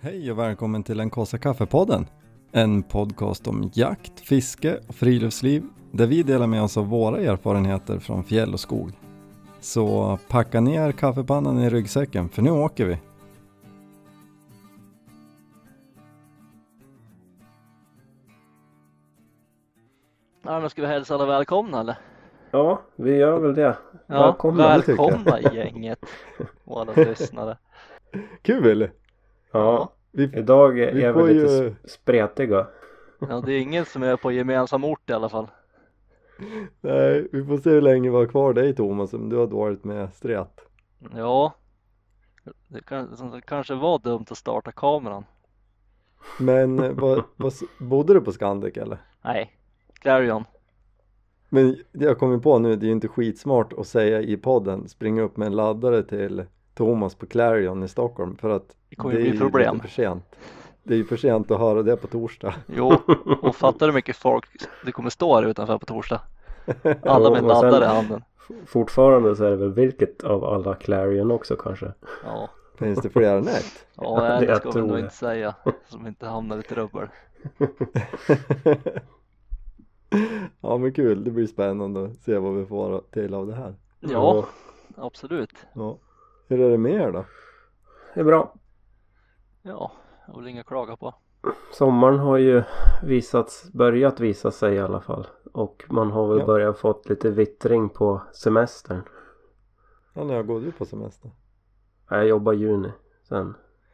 Hej och välkommen till en Kåsa Kaffe-podden. En podcast om jakt, fiske och friluftsliv där vi delar med oss av våra erfarenheter från fjäll och skog. Så packa ner kaffepannan i ryggsäcken för nu åker vi. Ja, men ska vi hälsa alla välkomna eller? Ja, vi gör väl det. Ja, välkomna i gänget och alla lyssnare. Kul! Ja, idag är vi lite spretiga. Ja, det är ingen som är på gemensam ort i alla fall. Nej, vi får se hur länge vi har kvar dig Thomas om du har varit med stret. Ja, det kanske var dumt att starta kameran. Men bodde du på Scandic eller? Nej, Clarion. Men jag kommer på nu, det är ju inte skitsmart att säga i podden springa upp med en laddare till Thomas på Clarion i Stockholm för att det är ju problem. Lite för sent. Det är ju för sent att höra det på torsdag. Jo, och fattar du mycket folk det kommer stå här utanför på torsdag. Alla med laddare i handen. Fortfarande så är det väl vilket av alla Clarion också kanske. Ja. Finns det fler än ett? Ja, det ska vi nog inte säga som inte hamnar i trubbel. Ja men kul, det blir spännande att se vad vi får till av det här. Ja, absolut. Ja. Hur är det med er då? Det är bra. Ja, jag vill inga klaga på. Sommaren har ju börjat visa sig i alla fall. Och man har väl börjat fått lite vittring på semestern. Ja, när går du på semester? Jag jobbar juni sen.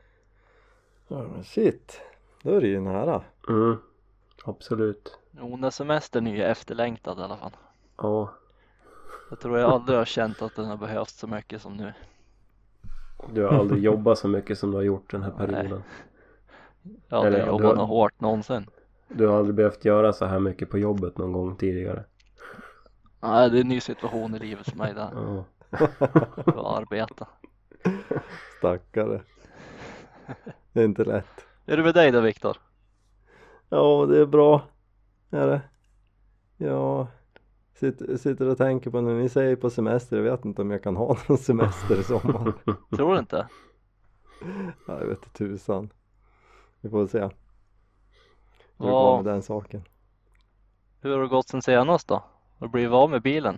Ja men shit, då är det ju nära. Mm, absolut. Jo, när semestern är ju efterlängtad i alla fall. Ja. Jag tror jag aldrig har känt att den har behövts så mycket som nu. Du har aldrig jobbat så mycket som du har gjort den här perioden. Jag har aldrig jobbat något hårt någonsin. Du har aldrig behövt göra så här mycket på jobbet någon gång tidigare. Nej, det är en ny situation i livet för mig där. Ja. Att arbeta. Stackare. Det är inte lätt. Är det med dig då, Viktor? Ja, det är bra. Är det? Ja. Sitter och tänker på när ni säger på semester. Jag vet inte om jag kan ha någon semester i sommar. Tror du inte? Ja, jag vet inte tusan. Vi får se. Hur det går med den saken. Hur har det gått sen senast då? Har du blivit av med bilen?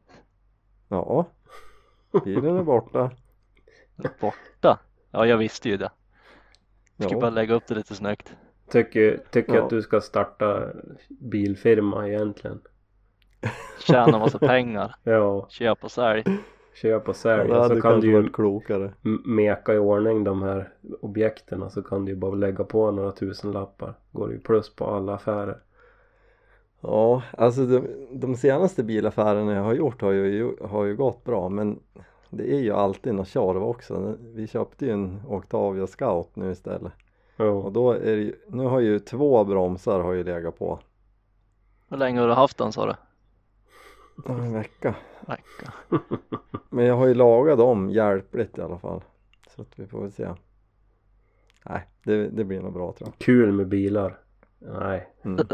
Ja. Bilen är borta. Borta? Ja, jag visste ju det. Jag ska bara lägga upp det lite snyggt. Tycker att du ska starta bilfirma egentligen. Tjäna massa pengar. Ja. Köp och sälj. Ja, så kan du ju klokare. Meka i ordning de här objekterna, så kan du ju bara lägga på några tusenlappar. Går ju plus på alla affärer. Ja, alltså de senaste bilaffärerna jag har gjort har ju gått bra, men det är ju alltid något tjorv också. Vi köpte ju en Octavia Scout nu istället. Ja. Och då är det ju, nu har ju 2 bromsar har ju legat på. Hur länge har du haft den, sa du? En vecka. Men jag har ju lagat dem hjälpligt i alla fall. Så att vi får väl se. Nej, det blir nog bra tror jag. Kul med bilar. Nej. Mm.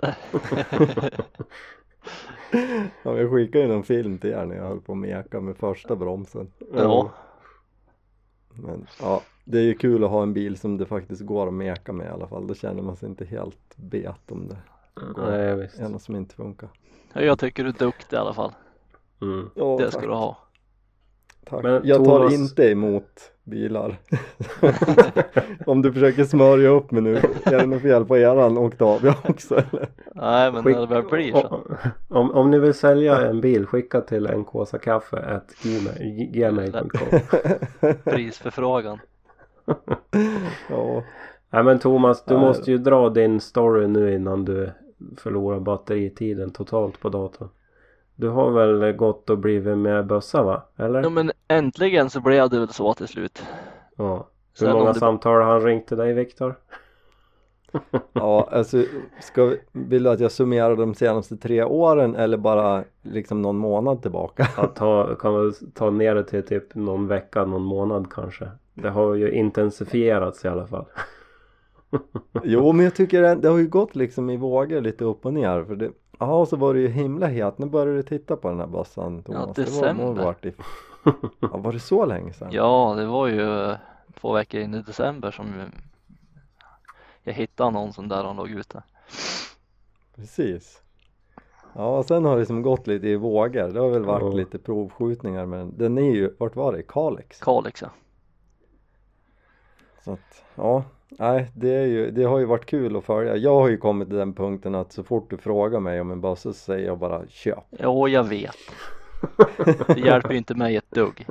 Ja, jag skickade ju någon film till er när jag höll på att meka med första bromsen. Ja. Men ja, det är ju kul att ha en bil som det faktiskt går att meka med i alla fall. Då känner man sig inte helt bet om det går. Nej, visst. En som inte funkar. Jag tycker du är duktig i alla fall. Mm. Ja, det tack. ska du ha. Tack. Men jag tar Thomas... inte emot bilar. Om du försöker smörja upp mig nu. Är det något fel på eran Octavia också eller? Nej, men när det väl blir så. Om ni vill sälja en bil, skicka till enkåsakaffe@gmail.com. Prisförfrågan. Ja. Nej men Thomas, du måste ju dra din story nu innan du förlorar batteritiden totalt på datorn. Du har väl gått och blivit med bössa, va? Eller? Ja, men äntligen så blev det väl så till slut. Ja. Hur många samtal har han ringt till dig, Viktor? Ja, alltså vill du att jag summerar de senaste 3 åren eller bara liksom någon månad tillbaka? Kan vi ta ner det till typ någon vecka, någon månad kanske. Det har ju intensifierats i alla fall. Jo, men jag tycker det har ju gått liksom i vågor lite upp och ner. För det, så var det ju himla het. Nu började du titta på den här bössan, Thomas. Ja, december. Var det så länge sedan? Ja, det var ju 2 veckor in i december som Jag hittade annonsen där han låg ute. Precis. Ja, och sen har det som gått lite i vågor. Det har väl varit lite provskjutningar, men den är ju, vart var det? Kalix? Kalix, ja. Så att, ja, nej, det har ju varit kul att följa. Jag har ju kommit till den punkten att så fort du frågar mig om en bössa så säger jag bara köp. Ja, jag vet. Det hjälper ju inte mig ett dugg.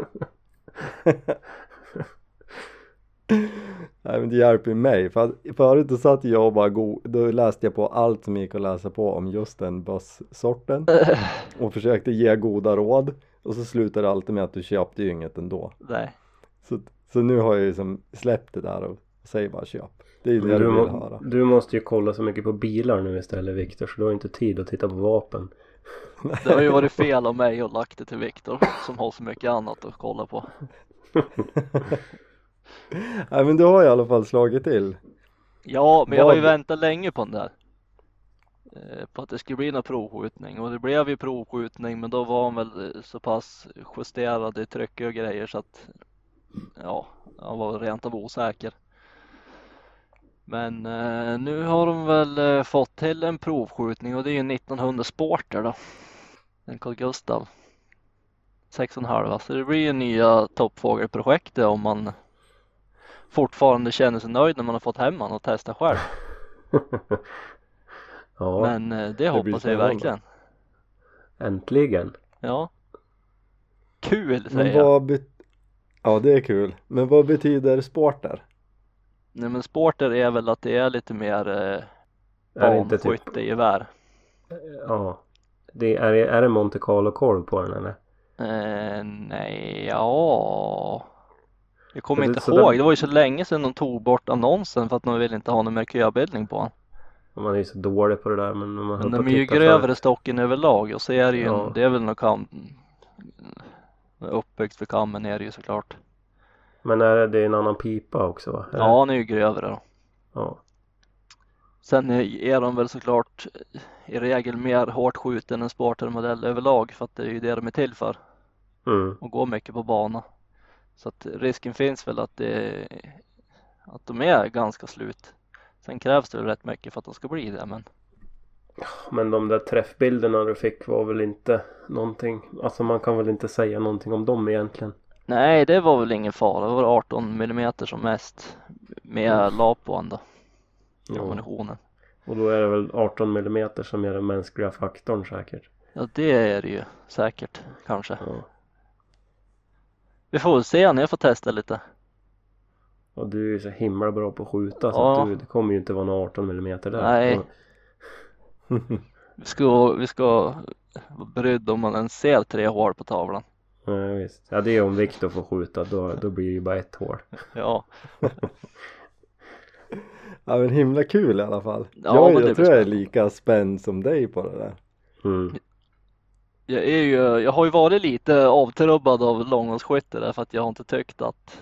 Nej, men det hjälper ju mig. För förut då satt jag och bara då läste jag på allt som gick att läsa på om just den bössorten. Och försökte ge goda råd. Och så slutade det alltid med att du köpte ju inget ändå. Nej. Så nu har jag ju som släppt det där och säger bara köp. Det är ju det du vill höra. Du måste ju kolla så mycket på bilar nu istället, Viktor, så du har inte tid att titta på vapen. Det har ju varit fel av mig och lagt det till Viktor som har så mycket annat att kolla på. Nej, men du har i alla fall slagit till. Ja, men jag har ju väntat länge på den där. På att det skulle bli någon provskjutning. Och det blev ju provskjutning, men då var han väl så pass justerad i tryck och grejer så att ja, han var rent av osäker. Men nu har de väl fått till en provskjutning och det är ju 1900 Sporter då. En Carl Gustav 6,5. Så det blir ju nya toppfågelprojektet om man fortfarande känner sig nöjd när man har fått hem han och testa själv. Ja, men det hoppas jag verkligen. Äntligen. Ja. Kul Men säger jag. Ja, det är kul. Men vad betyder Sporter? Nej, men Sporter är väl att det är lite mer banskytte i gevär. Ja. Är det Monte Carlo korv på den eller? Nej, ja. Jag kommer inte ihåg. Det var ju så länge sedan de tog bort annonsen för att de vill inte ha någon merkörbildning på den. Man är ju så dålig på det där. Men de är ju grövre stocken överlag och så är det ju det är väl något uppbyggt för kammen är det ju såklart. Men det är en annan pipa också va? Ja, den är ju grövre då. Ja. Sen är de väl såklart i regel mer hårt skjuten än Sporter-modell överlag för att det är ju det de är till för. Och går mycket på bana. Så att risken finns väl att de är ganska slut. Sen krävs det väl rätt mycket för att de ska bli det. Men de där träffbilderna du fick var väl inte någonting. Alltså man kan väl inte säga någonting om dem egentligen. Nej, det var väl ingen fara. Det var 18 mm som mest med lapp på ändå. Ammunitionen. Och då är det väl 18 mm som är den mänskliga faktorn säkert. Ja, det är det ju säkert kanske. Ja. Vi får väl se när jag får testa lite. Och du är ju så himla bra på att skjuta så att det kommer ju inte vara några 18 mm där. Nej. Vi ska vara brydd om man ens ser 3 hål på tavlan. Ja, visst. Ja, det är om Viktor får skjuta. Då blir det ju bara ett hål. Ja. Ja, men himla kul i alla fall. Ja, jag tror jag är lika spänd som dig på det där. Jag har ju varit lite avtrubbad av långhållsskytte därför att jag har inte tyckt att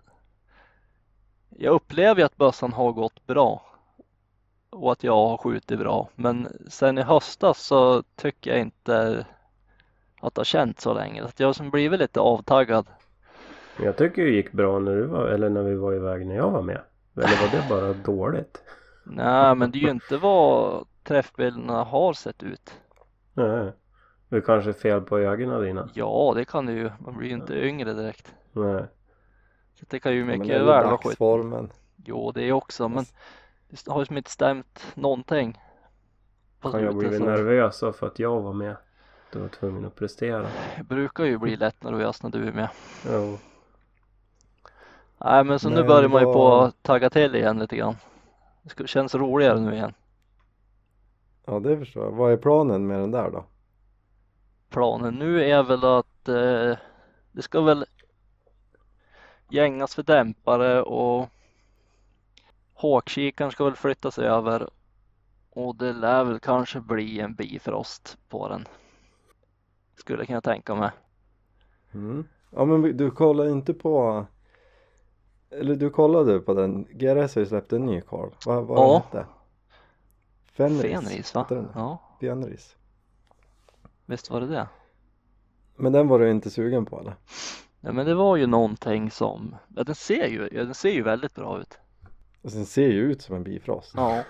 jag upplever ju att bössan har gått bra och att jag har skjutit bra, men sen i höstas så tycker jag inte att det har känt så länge, att jag har blivit lite avtaggad. Jag tycker det gick bra när vi var iväg när jag var med. Eller var det bara dåligt? Nej, men det är ju inte vad träffbilderna har sett ut. Nej. Det är kanske fel på ögonen dina. Ja, det kan det ju. Man blir ju inte yngre direkt. Nej. Så det kan ju mycket väl vara skit. Jo, det är också, men det har ju inte stämt någonting. Kan jag blivit nervös för att jag var med? Du var tvungen att prestera. Jag brukar ju bli lätt nervös när du är med. Ja. Nej, men så nu börjar man ju på att tagga till igen lite grann. Det känns roligare nu igen. Ja, det förstår jag. Vad är planen med den där då? Planen nu är väl att det ska väl gängas för dämpare och håkkikaren ska väl flyttas över och det lär väl kanske bli en bifrost på den. Skulle jag kunna tänka mig. Ja, men du kollar inte på, eller du kollade på den. GRS har ju släppt en ny Carl. Vad hette det? Fenris va? Ja. Fenris. Visst var det? Men den var du inte sugen på eller? Ja, men det var ju någonting som den ser ju väldigt bra ut. Och sen ser ju ut som en Bifrost. Ja.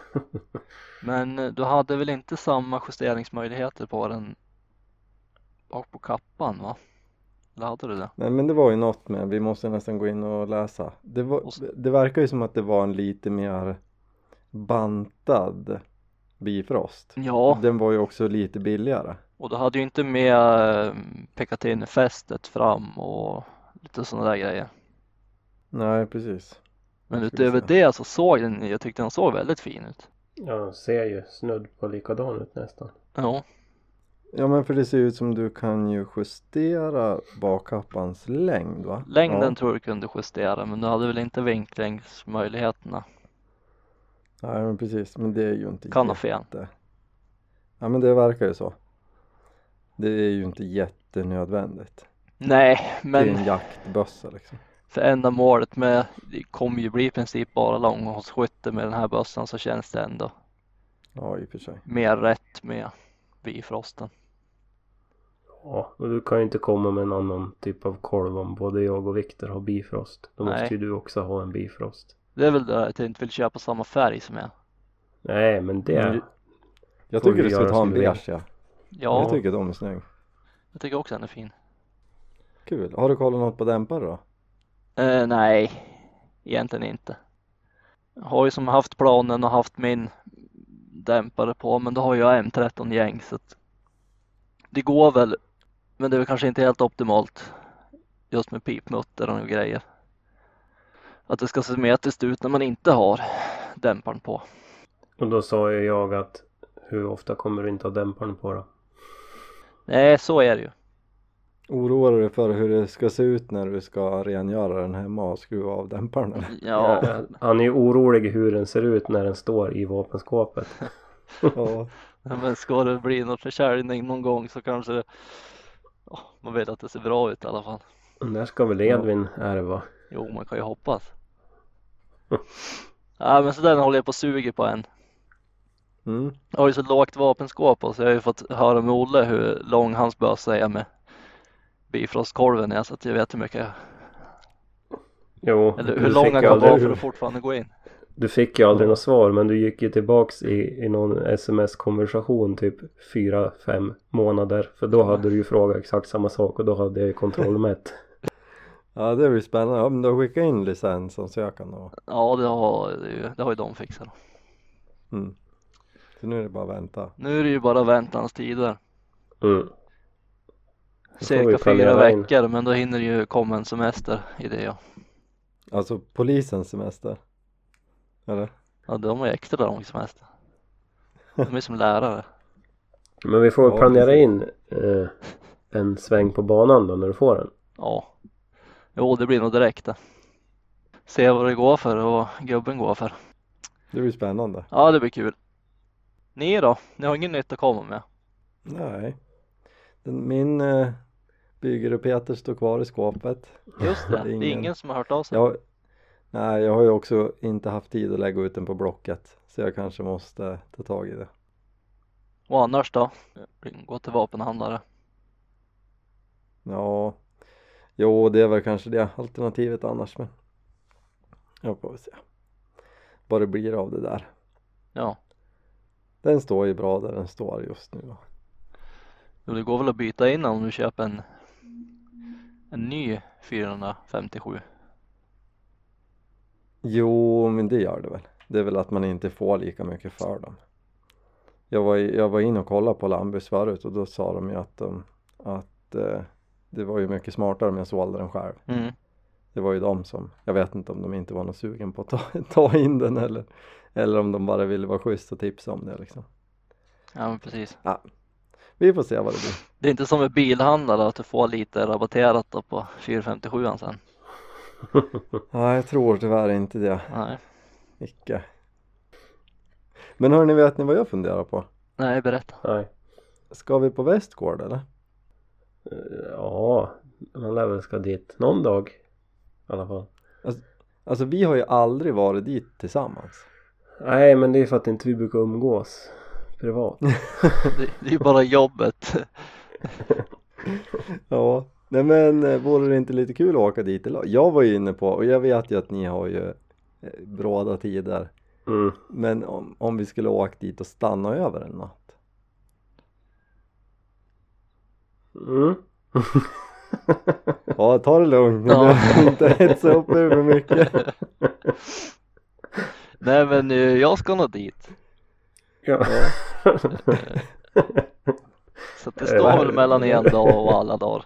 Men du hade väl inte samma justeringsmöjligheter på den bak på kappan, va? Eller hade du det? Nej, men det var ju något med, vi måste nästan gå in och läsa. Det verkar ju som att det var en lite mer bantad Bifrost. Ja. Den var ju också lite billigare. Och du hade ju inte med Picatinny-fästet fram och lite sådana där grejer. Nej, precis. Men utöver det så såg den, jag tyckte den såg väldigt fin ut. Ja, ser ju snudd på likadan ut nästan. Ja. Ja, men för det ser ut som du kan ju justera bakkappans längd, va? Längden tror du kunde justera, men du hade väl inte vinklingsmöjligheterna. Nej, men precis. Men det är ju inte Kan ha fel. Ja, men det verkar ju så. Det är ju inte jättenödvändigt. Nej, men Det är en jaktbössa liksom. för ändamålet med, det kommer ju bli i princip bara långhållsskytte med den här bössan, så känns det ändå Ja, i och för sig. mer rätt med Bifrosten. Ja, och du kan ju inte komma med en annan typ av kolv om både jag och Viktor har Bifrost. Då Nej. måste ju du också ha en Bifrost. Det är väl det att jag inte vill köpa samma färg som jag. Nej, men det... Men jag får tycker du du ska göra ta en som du vill. beige, ja. Ja, Jag tycker de är snygg. jag tycker också den är fin. Kul. Har du kollat något på dämpare då? Nej, egentligen inte. Jag har ju som haft planen och haft min dämpare på, men då har jag M13 gäng, så att det går väl, men det är väl kanske inte helt optimalt just med pipmutter och grejer. Att det ska se symmetriskt ut när man inte har dämparen på. Och då sa ju jag att hur ofta kommer du inte ha dämparen på då? Nej, så är det ju. Oroar du dig för hur det ska se ut när du ska rengöra den hemma och skruva av dämparen? Eller? Ja, Han är ju orolig hur den ser ut när den står i vapenskåpet. Ja. men ska det bli någon försäljning någon gång så kanske det, man vet att det ser bra ut i alla fall. Den där ska väl Edvin ärva. Jo, man kan ju hoppas. Ja, men så den håller jag på att suga på en. Mm. Jag har ju så lågt vapenskåp och så jag har ju fått höra med Olle hur lång hans bössa är med Bifrostkorven är, så att jag vet hur mycket, Jo, eller du hur lång fick han ju kan vara aldrig- för att fortfarande gå in. Du fick ju aldrig något svar, men du gick ju tillbaks i någon sms-konversation typ 4-5 månader. För då hade du ju frågat exakt samma sak och då hade jag ju kontrollmätt. Ja, det blir spännande. Ja, men då skickar in licensansökan och... Ja, det har ju de fixat. Mm. Så nu är det bara att vänta. Nu är det ju bara väntans tider. Mm. Då får vi Cirka 4 planera in. veckor, men då hinner det ju komma en semester i det. Ja, Alltså polisens semester. Eller? ja, de har ju extra lång semester. De är som lärare. Men vi får Ja, planera precis. in en sväng på banan då när du får den. Ja, jo, det blir nog direkt det. Se vad det går för och gubben går för. Det blir spännande. Ja, det blir kul. Ni då? Ni har ingen nytt att komma med? Nej. Min byggare Peter står kvar i skåpet. Just det, det är ingen som har hört av sig. Nej, jag har ju också inte haft tid att lägga ut den på Blocket. Så jag kanske måste ta tag i det. Och annars då? Gå till vapenhandlare. Ja, jo, det är väl kanske det alternativet annars, men jag får väl se vad det blir av det där. Ja, Den står ju bra där den står just nu. jo, det går väl att byta in om du köper en ny 457. Jo, men det gör det väl. Det är väl att man inte får lika mycket för dem. Jag var inne och kollade på Lambus förut och då sa de ju att det var ju mycket smartare om jag sålde den själv. Mm. Det var ju de som, jag vet inte om de inte var något sugen på att ta in den eller om de bara ville vara schysst och tipsa om det liksom. Ja, men precis. Ja, vi får se vad det blir. Det är inte som med bilhandlare att du får lite rabatterat då på 457 sen. Ja, jag tror tyvärr inte det. Nej, Icke. Men hörni, vet ni vad jag funderar på? nej, berätta. Nej. Ska vi på Västgård eller? Ja, man lär väl ska dit någon dag i alla fall. Alltså vi har ju aldrig varit dit tillsammans. Nej, men det är för att inte vi brukar umgås privat. Det är ju bara jobbet. Ja, nej men vore det inte lite kul att åka dit? Jag var ju inne på, och jag vet ju att ni har ju bråda tider. Men om vi skulle åka dit och stanna över en natt. Ja, ta det lugnt. Ja. Inte hetsa upp över mycket. Nej, men jag ska nog dit. Ja. Så det står väl mellan en dag och alla dagar.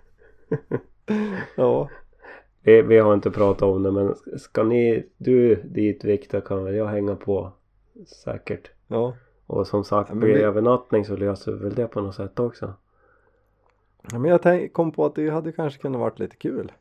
Ja. Vi har inte pratat om det, men ska du dit, Viktor, kan väl jag hänga på säkert. Ja. Och som sagt, blir det övernattning så löser vi väl det på något sätt också. Ja, men jag kom på att det hade kanske kunnat varit lite kul.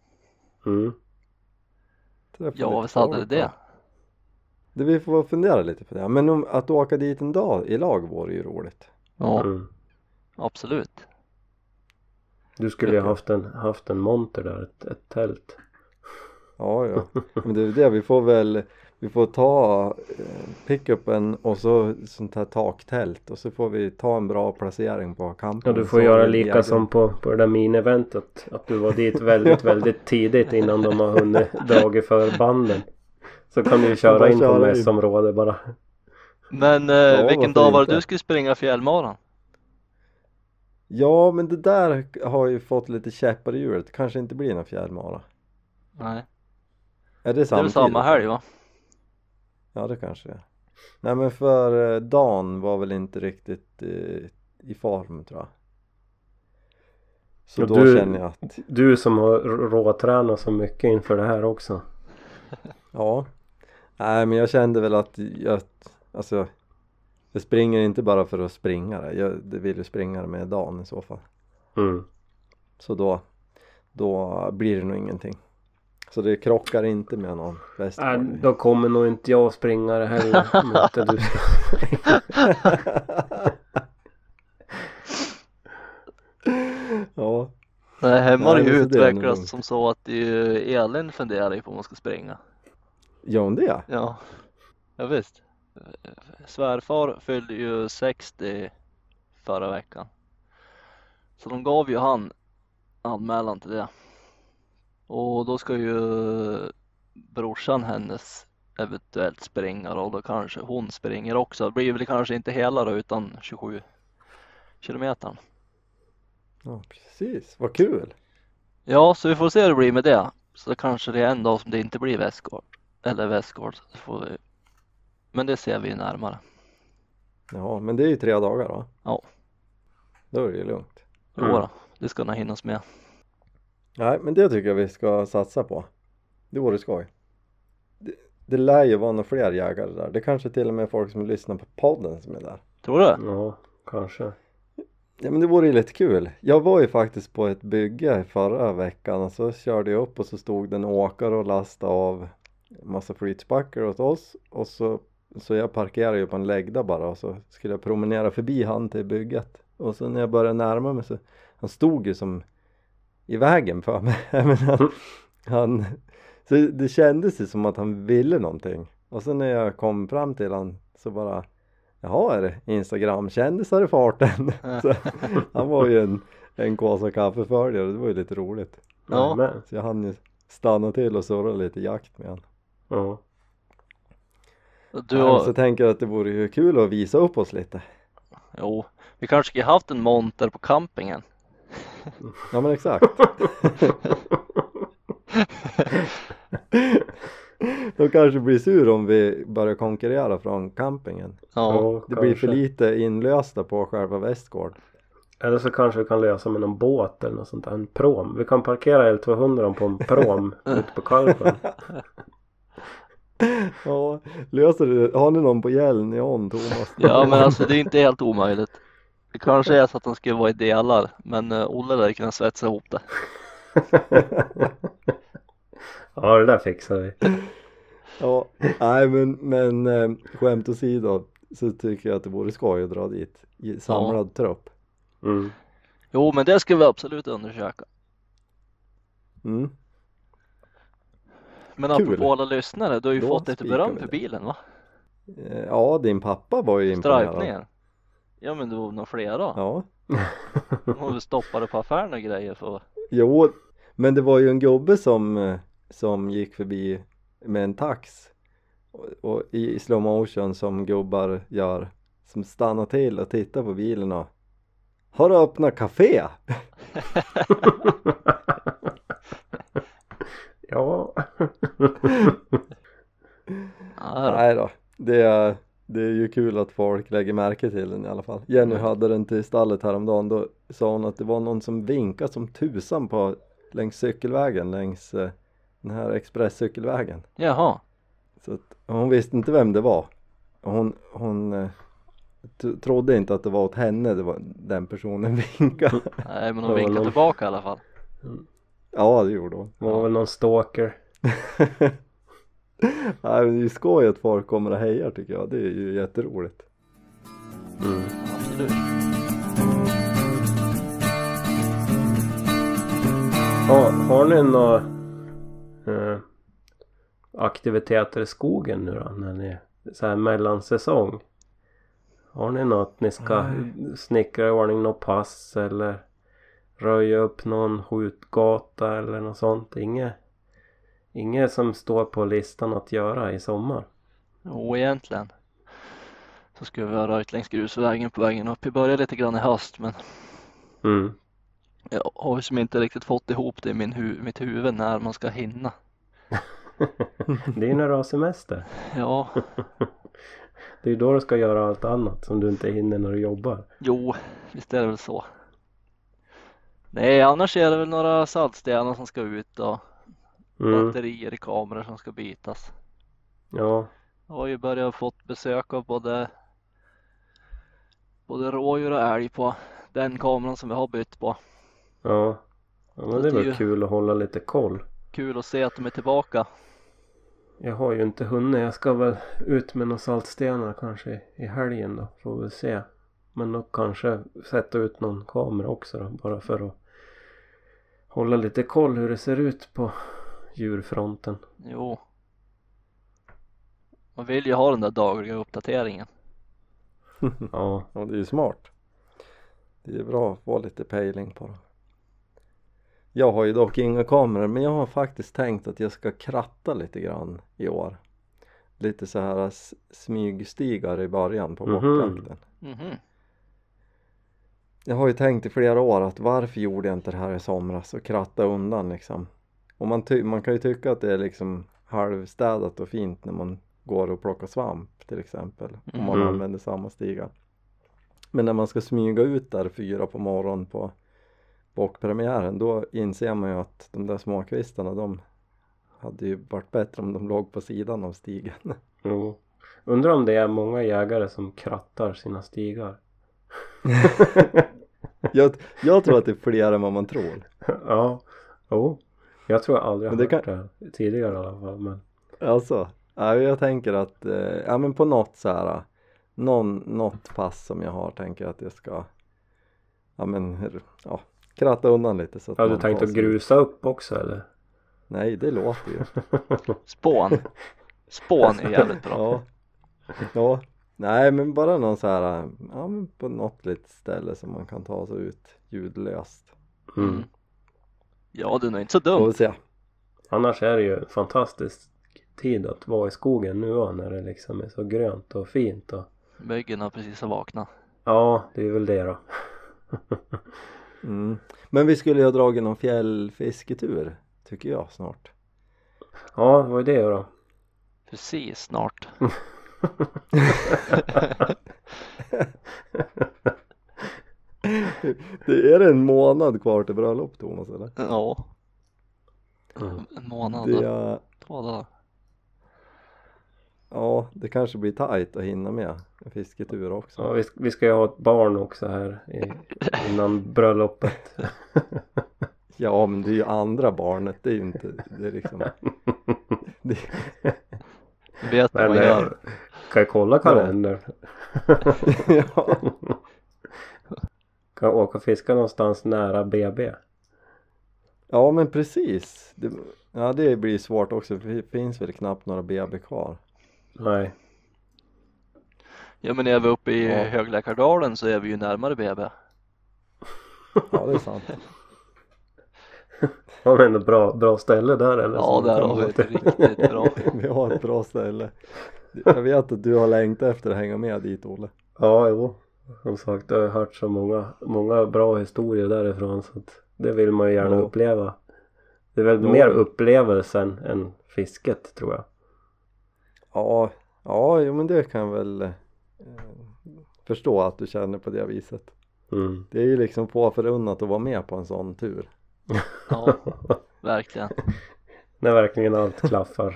Ja, visst hade det. Vi får fundera lite på det. Men att åka dit en dag i lag vore ju roligt. Ja, absolut. Du skulle ju haft en monter där, ett tält. Ja. Men det är det, vi får ta pickupen och så sånt här taktält. Och så får vi ta en bra placering på campen. Ja, du får göra lika som på det där mini-eventet. Att du var dit väldigt, väldigt tidigt innan de har hunnit dragit för banden. Så kan du köra in på mässområdet bara. Men vilken dag var det du skulle springa fjällmaran? Ja, men det där har ju fått lite käppar i hjulet. Kanske inte blir någon fjällmara. Nej. Är det samtidigt? Det är samma helg, va? Ja, det kanske är. Nej, men för Dan var väl inte riktigt i form, tror jag. Så då känner jag att... Du som har råtränat så mycket inför det här också. Ja. Nej, men jag kände väl att jag springer inte bara för att springa det. Jag vill ju springa med Dan i så fall. Så då blir det nog ingenting. Så det krockar inte med någon västgård. Nej, då kommer nog inte jag springa det heller. Inte du. Ja. Nej, hemma har det ju utvecklats som så att Elin funderar på om man ska springa. Gör hon det? Ja, visst. Svärfar fyllde ju 60 förra veckan. Så de gav ju han anmälan till det. Och då ska ju brorsan hennes eventuellt springa och då kanske hon springer också. Det blir väl kanske inte hela då, utan 27 kilometer. Ja, precis. Vad kul. Ja, så vi får se hur det blir med det. Så kanske det är en dag som det inte blir Västgård. Men det ser vi närmare. Ja, men det är ju 3 dagar va? Ja. Då är det ju lugnt. Jo, det ska nog hinnas med. Nej, men det tycker jag vi ska satsa på. Det vore skoj. Det lär ju vara några fler jägare där. Det kanske till och med folk som lyssnar på podden som är där. Tror du? Ja, kanske. Ja, men det vore ju lite kul. Jag var ju faktiskt på ett bygge förra veckan och så körde jag upp och så stod den åkare och lastade av massa flytspackor åt oss. Och så jag parkerade ju på en läggda bara och så skulle jag promenera förbi han till bygget. Och så när jag började närma mig så han stod ju som i vägen för mig. Men så det kändes ju som att han ville någonting. Och så när jag kom fram till han så bara, jaha, är det Instagram-kändisar i farten? Så, han var ju en kåsa kaffeföljare, det var ju lite roligt. Ja. Så jag hann ju stanna till och surra lite jakt med han. Ja. Så tänker jag att det vore ju kul att visa upp oss lite. Jo, vi kanske skulle haft en monter på campingen. Ja, men exakt. De kanske blir sur om vi börjar konkurrera från campingen. Ja, det blir för lite inlösta på själva Västgård. Eller så kanske vi kan lösa med någon båt eller något sånt där, en prom. Vi kan parkera L200 på en prom ute på Kalpen. Ja, löser det. Har ni någon på hjälm Thomas? Ja, men alltså det är inte helt omöjligt. Det kanske är så att de ska vara i delar, men Olle där kan svetsa ihop det. Ja, det där fixar vi. Ja, nej men skämt åsido så tycker jag att det vore skoj att dra dit i samlad trupp. Mm. Jo, men det ska vi absolut undersöka. Mm. Men apropå alla lyssnare, du har ju fått lite beröm för bilen, va? Ja, din pappa var ju imponerad. Stripningen. Ja, men det var nog flera. Ja. Och stoppade på affären och grejer för. Jo, men det var ju en gubbe som gick förbi med en tax och i slow motion som gubbar gör, som stannar till och tittar på bilen och har du öppnat café? Ja. Nej då, det är ju kul att folk lägger märke till den i alla fall. Jenny hade den till stallet häromdagen, då sa hon att det var någon som vinkade som tusan längs cykelvägen, längs den här expresscykelvägen. Jaha. Så att hon visste inte vem det var. Hon trodde inte att det var åt henne det var den personen vinkade. Nej, men hon vinkade tillbaka i alla fall. Ja, det gjorde hon. Det var väl någon stalker. Nej, men det är ju skoj att folk kommer och hejar tycker jag. Det är ju jätteroligt. Absolut. Har ni några aktiviteter i skogen nu då? När ni så här mellansäsong? Har ni något ni ska snickra i ordning något pass eller röja upp någon skjutgata eller något sånt? Inget som står på listan att göra i sommar? Jo, egentligen så skulle vi ha röjt längs grusvägen på vägen upp. Vi började lite grann i höst, men jag har ju som inte riktigt fått ihop det i mitt huvud när man ska hinna. Det är ju när du har semester. Ja. Det är ju då du ska göra allt annat som du inte hinner när du jobbar. Jo, visst är det väl så. Nej, annars är det väl några saltstenar som ska ut och batterier i kameror som ska bytas. Ja. Jag har ju börjat fått besök av både rådjur och älg på den kameran som vi har bytt på. Ja, men det är väl kul att hålla lite koll. Kul att se att de är tillbaka. Jag har ju inte hunnit. Jag ska väl ut med några saltstenar kanske i helgen då. Får vi se. Men då kanske sätta ut någon kamera också då. Bara för att hålla lite koll hur det ser ut på djurfronten. Jo. Man vill ju ha den där dagliga uppdateringen. Ja, och det är ju smart. Det är bra att få lite pejling på det. Jag har ju dock inga kameror, men jag har faktiskt tänkt att jag ska kratta lite grann i år. Lite så här smygstigar i början på bockjakten. Jag har ju tänkt i flera år att varför gjorde jag inte det här i somras och kratta undan liksom. Och man kan ju tycka att det är liksom halvstädat och fint när man går och plockar svamp till exempel. Om man använder samma stigar. Men när man ska smyga ut där 4 på morgonen på bockpremiären, då inser man ju att de där småkvistarna, de hade ju varit bättre om de låg på sidan av stigen. Jo. Undrar om det är många jägare som krattar sina stigar. jag tror att det är fler än vad man tror. Ja, jag tror jag aldrig har hört det tidigare i alla fall. Men... Alltså, jag tänker att men på något så här, något pass som jag har, tänker jag att jag ska kratta undan lite. Så att du tänkt att grusa upp också eller? Nej, det låter ju. Spån är jävligt bra. Ja. Nej, men bara någon så här, men på något litet ställe som man kan ta sig ut ljudlöst. Ja, det är nog inte så dumt. Får vi se. Annars är det ju en fantastisk tid att vara i skogen nu när det liksom är så grönt och fint. Och... Myggen har precis vaknat. Ja, det är väl det då. Men vi skulle ju ha dragit någon fjällfisketur, tycker jag, snart. Ja, vad är det då? Precis, snart. Det är en månad kvar till bröllop, Thomas, eller? Ja. En månad. Det är... 2 dagar. Ja, det kanske blir tajt att hinna med en fisketur också. Ja, vi ska ju ha ett barn också här innan bröllopet. Ja, men det är ju andra barnet. Det är ju inte... Det är liksom... Det... Vet vad man gör. Kan jag kolla kalendern? Ja. Kan jag åka och fiska någonstans nära BB? Ja, men precis. Det blir svårt också. För det finns väl knappt några BB kvar. Nej. Ja, men är vi uppe i Högläkardalen så är vi ju närmare BB. Ja, det är sant. Har vi en bra ställe där eller? Ja, där har vi ett riktigt bra. Vi har ett bra ställe. Jag vet att du har längtat efter att hänga med dit, Olle. Ja, jo. Som sagt, jag har hört så många bra historier därifrån, så att det vill man ju gärna uppleva. Det är väl mer upplevelsen än fisket, tror jag. Ja, men det kan jag väl förstå att du känner på det viset. Det är ju liksom på förunnat att vara med på en sån tur. Ja, verkligen. När verkligen allt klaffar.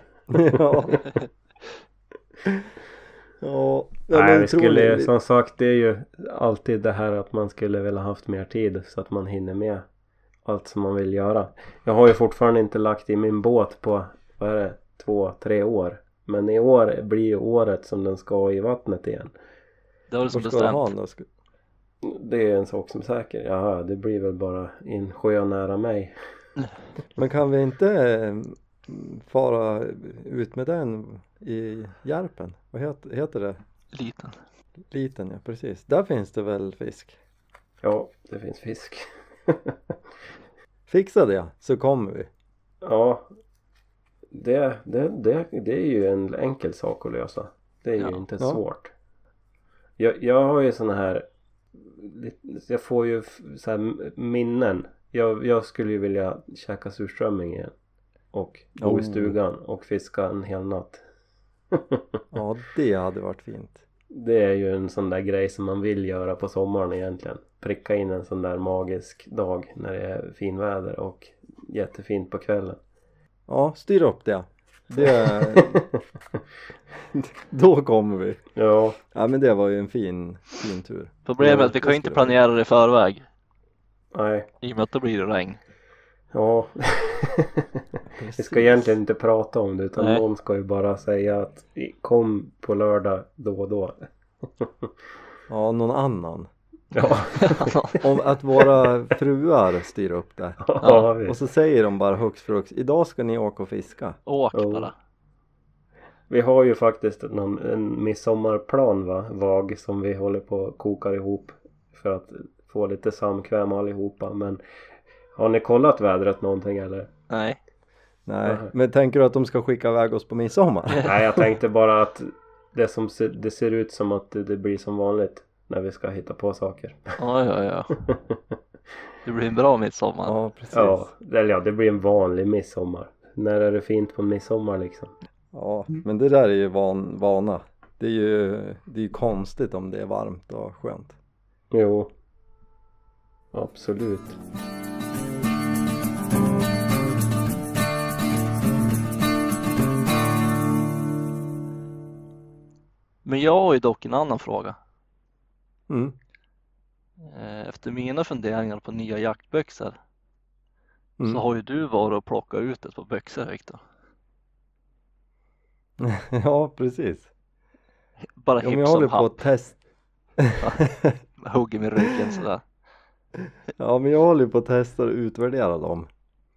Nej, vi skulle, som sagt, det är ju alltid det här att man skulle vilja haft mer tid så att man hinner med allt som man vill göra. Jag har ju fortfarande inte lagt i min båt på, 2-3 år. Men i år blir ju året som den ska i vattnet igen. Det har du som bestämt. Det är en sak som är säker. Jaha, det blir väl bara i en sjö nära mig. Men kan vi inte fara ut med den i Järpen? Vad heter det? Liten, ja, precis. Där finns det väl fisk? Ja, det finns fisk. Fixa det, så kommer vi. Ja, det är ju en enkel sak att lösa. Det är ju inte svårt. Jag har ju såna här, jag får ju så här minnen. Jag skulle ju vilja käka surströmming igen och bo i stugan och fiska en hel natt. Ja, det hade varit fint. Det är ju en sån där grej som man vill göra på sommaren egentligen. Pricka in en sån där magisk dag när det är finväder och jättefint på kvällen. Ja, styr upp det. Då kommer vi. Ja, men det var ju en fin tur. Problemet är att vi kan inte planera det i förväg. Nej. I och med att då blir det regn. Ja. Vi ska egentligen inte prata om det, utan någon ska ju bara säga att kom på lördag då och då. Ja, någon annan. Ja. Om att våra fruar styr upp det. Ja. Och så säger de bara hux idag ska ni åka och fiska. Åk bara. Vi har ju faktiskt en midsommarplan vag som vi håller på att kokar ihop för att få lite samkväm allihopa. Men har ni kollat vädret någonting eller? Nej. Men tänker du att de ska skicka iväg oss på midsommar? Nej, jag tänkte bara att det ser ut som att det blir som vanligt när vi ska hitta på saker. Ja. Det blir en bra midsommar. Ja, precis. Ja, det blir en vanlig midsommar. När är det fint på midsommar liksom? Ja, men det där är ju vana. Det är ju konstigt om det är varmt och skönt. Jo, absolut. Men jag har ju dock en annan fråga. Mm. Efter mina funderingar på nya jaktböxor så har ju du varit och plockat ut ett par böxor, Victor. Ja, precis. Bara hipp jag som håller happ. på att testa. Hugger med ryggen sådär. Ja, men jag håller på att testa och utvärdera dem.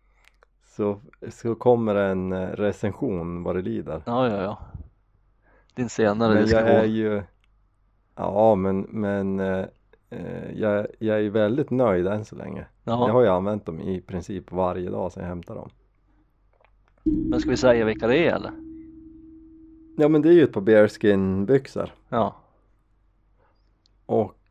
Så kommer en recension vad det lider. Ja. Din senare men diskussion. Jag är ju... Ja, men jag är väldigt nöjd än så länge. Ja. Jag har ju använt dem i princip varje dag sedan jag hämtar dem. Men ska vi säga vilka det är eller? Ja, men det är ju ett par bearskin byxor. Ja. Och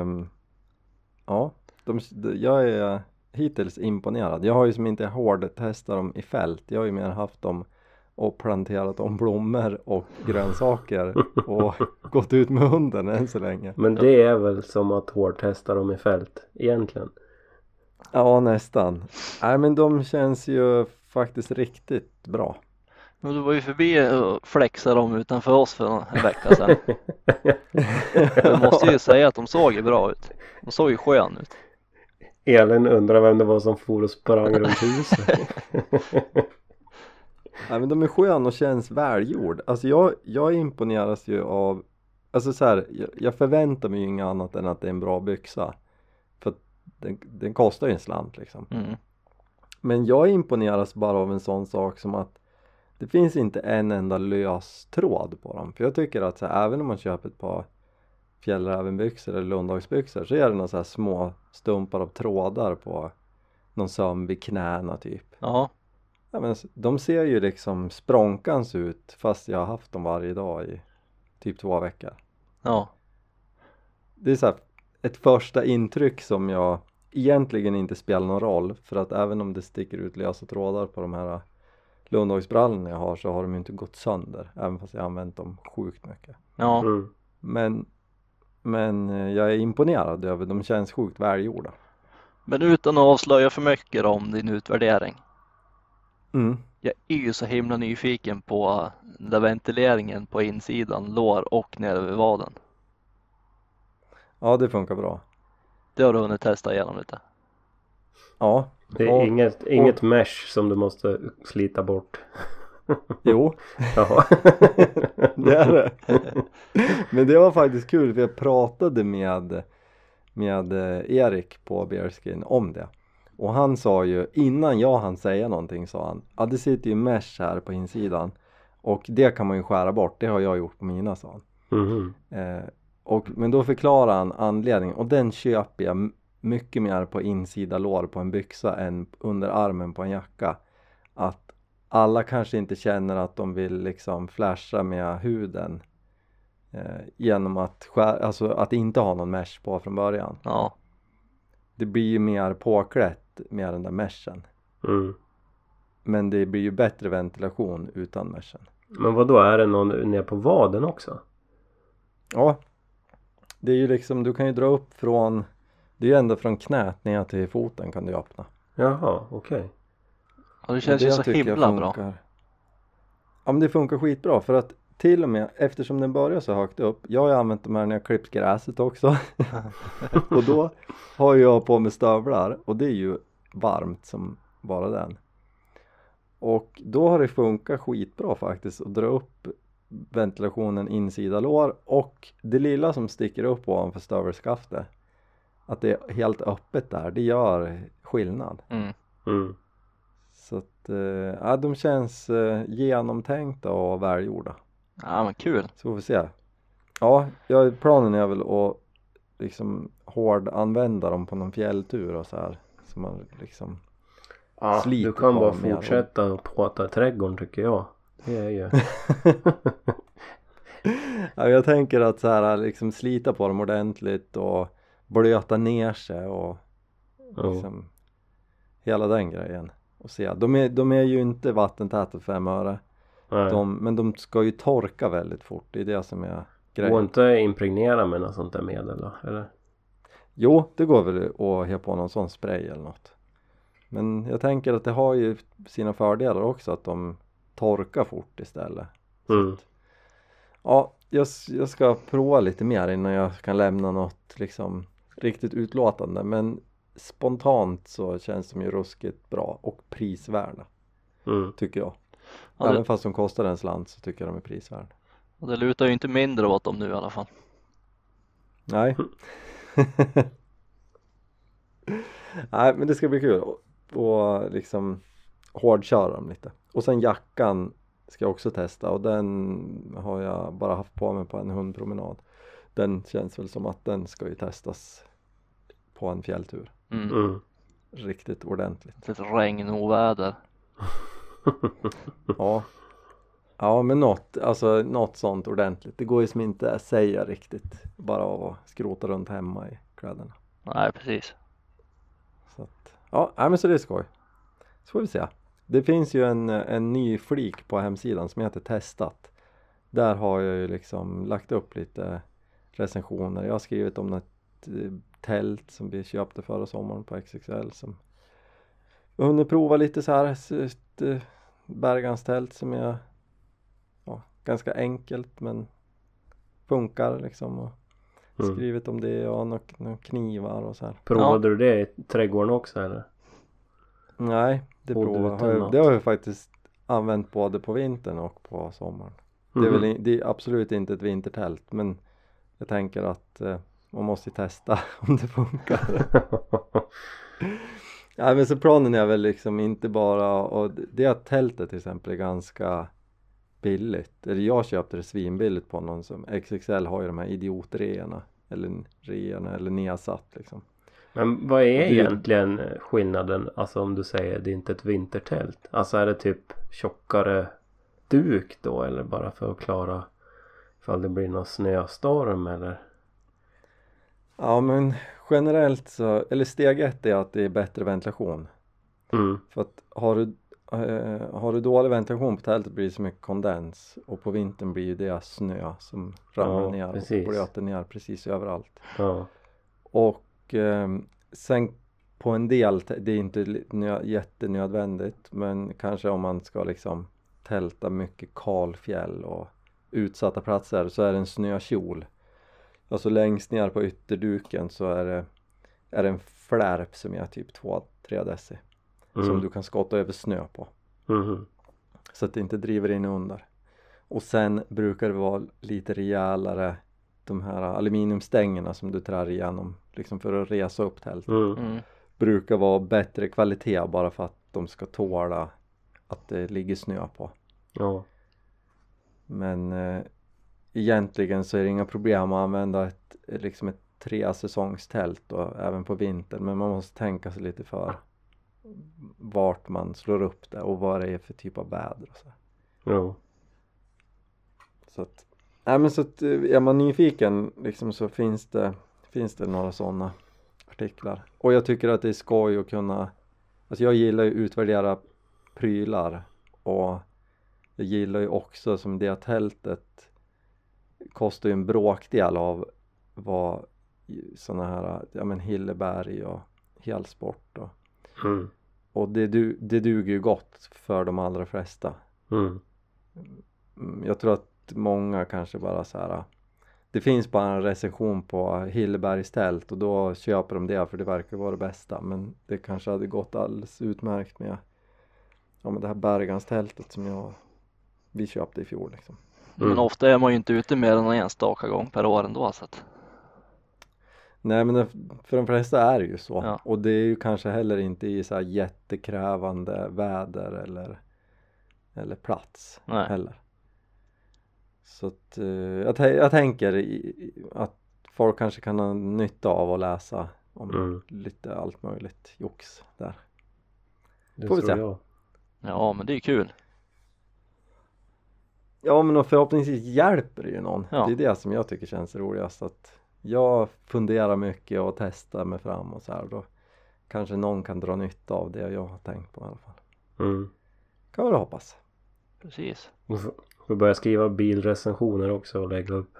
jag är hittills imponerad. Jag har ju som inte hårdtestat dem i fält. Jag har ju mer haft dem och planterat om blommor och grönsaker och gått ut med hunden än så länge. Men det är väl som att hårdtesta dem i fält egentligen? Ja, nästan. Nej, men de känns ju faktiskt riktigt bra. Men du var ju förbi och flexade dem utanför oss för en vecka sedan. Jag måste ju säga att de såg ju bra ut. De såg ju skön ut. Elin undrar vem det var som for och sprang runt huset. Nej, men de är skön och känns välgjord. Alltså jag imponeras ju av... Alltså så här, jag förväntar mig ju inget annat än att det är en bra byxa. För den kostar ju en slant liksom. Mm. Men jag imponeras bara av en sån sak som att det finns inte en enda lös tråd på dem. För jag tycker att så här, även om man köper ett par fjällrävenbyxor eller lundagsbyxor så är det några så här små stumpar av trådar på någon söm vid knäna typ. Ja. Ja, men de ser ju liksom språnkans ut fast jag har haft dem varje dag i typ 2 veckor. Ja. Det är så här ett första intryck som jag egentligen inte spelar någon roll, för att även om det sticker ut lösa trådar på de här Lundhagsbrallorna jag har, så har de ju inte gått sönder även fast jag har använt dem sjukt mycket. Ja. Men jag är imponerad över, de känns sjukt välgjorda. Men utan att avslöja för mycket om din utvärdering. Mm. Jag är ju så himla nyfiken på den där ventileringen på insidan, lår och nere vid vaden. Ja, det funkar bra. Det har du hunnit testa igenom lite. Ja. Det är inget mesh som du måste slita bort. Jo. Jaha. Det är det. Men det var faktiskt kul, för jag pratade med Erik på Bearskin om det. Och han sa ju, innan jag hann säga någonting, sa han, ja, det sitter ju mesh här på insidan och det kan man ju skära bort, det har jag gjort på mina, sa han. Men då förklarar han anledningen, och den köper jag mycket mer på insida lår på en byxa än under armen på en jacka. Att alla kanske inte känner att de vill liksom flasha med huden genom att att inte ha någon mesh på från början. Ja. Det blir ju mer påklätt med den där meshen. Men det blir ju bättre ventilation utan meshen. Men vad då, är det någon ner på vaden också? Ja. Det är ju liksom, du kan ju dra upp från, det är ju ända från knät ner till foten kan du öppna. Jaha, okej. Ja, det känns ju så himla bra. Ja, men det funkar skitbra, för att till och med, eftersom den börjar så högt upp, jag har ju använt de här när jag klippt gräset också. Och då har jag på mig stövlar, och det är ju varmt som bara den. Och då har det funkat skitbra faktiskt att dra upp ventilationen insida lår, och det lilla som sticker upp ovanför stövelskaftet, att det är helt öppet där, det gör skillnad. Så att ja, de känns genomtänkta och välgjorda. Ja, men kul. Så får vi se. Ja, planen är väl att liksom hård använda dem på någon fjälltur och så här, så man liksom sliter. Du kan bara fortsätta påta trädgården, tycker jag. Det är ju ja, jag tänker att så här liksom slita på dem ordentligt och blöta ner sig och liksom hela den grejen. Och se, de är ju inte vattentäta 5 öre. Men de ska ju torka väldigt fort. Det är det som är grejen. Går inte impregnera med något sånt där medel då, eller? Jo, det går väl att ha på någon sån spray eller något. Men jag tänker att det har ju sina fördelar också, att de torkar fort istället. Ja, jag ska prova lite mer innan jag kan lämna något liksom riktigt utlåtande. Men spontant så känns de ju ruskigt bra och prisvärda. Tycker jag. Ja, även fast de kostar en slant så tycker jag de är prisvärda. Och det lutar ju inte mindre åt dem nu i alla fall. Nej. Nej, men det ska bli kul och liksom hårdköra dem lite. Och sen jackan ska jag också testa, och den har jag bara haft på mig på en hundpromenad. Den känns väl som att den ska ju testas på en fjälltur. Riktigt ordentligt. Ett regn och väder. Ja, men något sånt ordentligt. Det går ju som inte att säga riktigt, bara att skrota runt hemma i kläderna. Nej, precis. Så att, ja, men så det är skoj. Så får vi se. Det finns ju en ny flik på hemsidan som heter testat. Där har jag ju liksom lagt upp lite recensioner. Jag har skrivit om ett tält som vi köpte förra sommaren på XXL, som jag hunnit prova lite så här, ett berganstält som är ganska enkelt men funkar liksom, och skrivit om det och några knivar och så här. Provade du det i trädgården också, eller? Nej, det har jag faktiskt använt både på vintern och på sommaren. Det är absolut inte ett vintertält, men jag tänker att man måste testa om det funkar. Ja, men så planen är väl liksom inte bara, och det att tältet till exempel är ganska billigt. Eller jag köpte det svinbilligt på någon som XXL har ju de här idiotreorna eller nedsatt liksom. Men vad är egentligen skillnaden? Alltså om du säger det är inte ett vintertält. Alltså är det typ tjockare duk då? Eller bara för att klara ifall det blir någon snöstorm eller? Ja, men generellt så, eller steg 1 är att det är bättre ventilation. För att har du dålig ventilation på tältet blir det så mycket kondens. Och på vintern blir det snö som ramlar ner och blöter ner precis överallt. Ja. Och sen på en del, det är inte jättenödvändigt, men kanske om man ska liksom tälta mycket kalfjäll och utsatta platser så är det en snökjol. Alltså längst ner på ytterduken så är det en flärp som är typ 2-3 deci. Som du kan skotta över snö på. Så att det inte driver in under. Och sen brukar det vara lite rejälare de här aluminiumstängerna som du trär igenom liksom för att resa upp tältet. Brukar vara bättre kvalitet bara för att de ska tåla att det ligger snö på. Ja. Men egentligen så är det inga problem att använda ett 3-säsongstält och även på vintern. Men man måste tänka sig lite för vart man slår upp det och vad det är för typ av väder och så. Ja. Så att, är man nyfiken liksom, så finns det några sådana artiklar. Och jag tycker att det är skoj att kunna, alltså jag gillar ju att utvärdera prylar, och jag gillar ju också som det tältet kostar ju en bråkdel av vad sådana här Hilleberg och Helsport och det duger ju gott för de allra flesta. Jag tror att många kanske bara så här, det finns bara en recension på Hillebergs tält och då köper de det för det verkar vara det bästa, men det kanske hade gått alldeles utmärkt med det här Bergans tältet som vi köpte i fjol liksom. Men ofta är man ju inte ute mer än en enstaka gång per år ändå, så att... Nej, men för de flesta är det ju så. Ja. Och det är ju kanske heller inte i så här jättekrävande väder eller plats. Nej. Heller. Så att jag tänker att folk kanske kan ha nytta av att läsa om lite allt möjligt jox där. Det får vi se. Jag. Ja, men det är kul. Ja, men förhoppningsvis hjälper det ju någon. Ja. Det är det som jag tycker känns roligast. Att jag funderar mycket och testar mig fram och så här. Då kanske någon kan dra nytta av det jag har tänkt på i alla fall. Kan väl hoppas. Precis. Vi börjar skriva bilrecensioner också och lägga upp.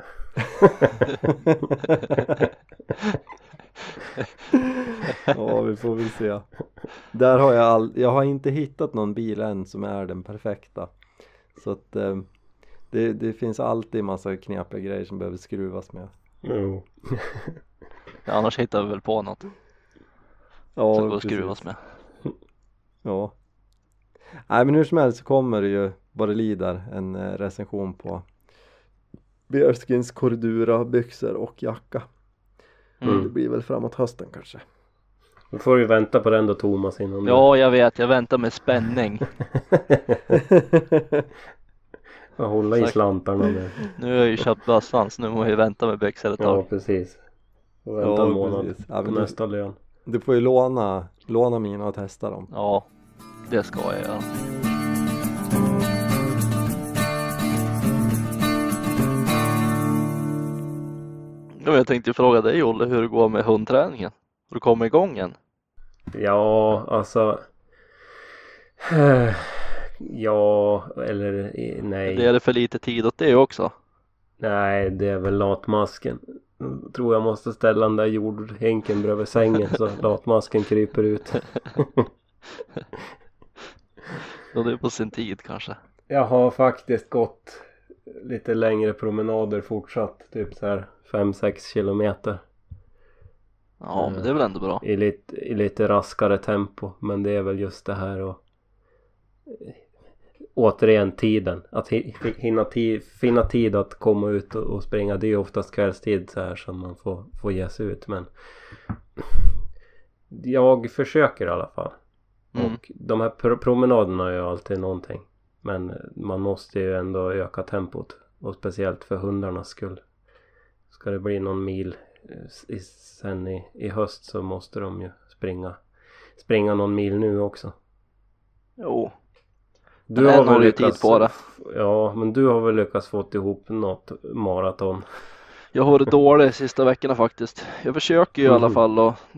Ja, vi får väl se. Där har jag har inte hittat någon bil än som är den perfekta. Så att det finns alltid massa knepiga grejer som behöver skruvas med. Ja, annars hittar vi väl på något. Ja, som går att skruvas med. Ja. Nej, men hur som helst så kommer det ju vad det lider en recension på Bearskins Cordura, byxor och jacka. Det blir väl framåt hösten kanske. Då får du vänta på den då, Thomas, innan. Ja, jag vet. Jag väntar med spänning. Jag håller i slantarna nu. Nu har jag ju köpt bössans. Nu måste jag vänta med byxor ett tag. Ja, precis. Och vänta en månad på nästa lön. Du får ju låna mina och testa dem. Ja, det ska jag göra. Jag tänkte fråga dig, Olle, hur det går med hundträningen. Har du kommit igång än? Ja, alltså... Ja, eller nej. Det är det för lite tid åt det också? Nej, det är väl latmasken. Jag tror jag måste ställa den där jordhänken bredvid sängen så latmasken kryper ut. Ja, det är på sin tid kanske. Jag har faktiskt gått lite längre promenader fortsatt. Typ så här 5-6 kilometer. Ja, men det är väl ändå bra. I lite raskare tempo. Men det är väl just det här och återigen tiden. Att finna tid att komma ut och springa. Det är ju oftast kvällstid så här som man får ge sig ut. Men jag försöker i alla fall. Och de här promenaderna är ju alltid någonting. Men man måste ju ändå öka tempot. Och speciellt för hundarnas skull. Ska det bli någon sen i höst så måste de ju springa någon mil nu också. Jo. Du har väl lyckats tid på det. Ja, men du har väl lyckats få ihop något maraton. Jag har varit dålig sista veckorna faktiskt. Jag försöker ju i alla fall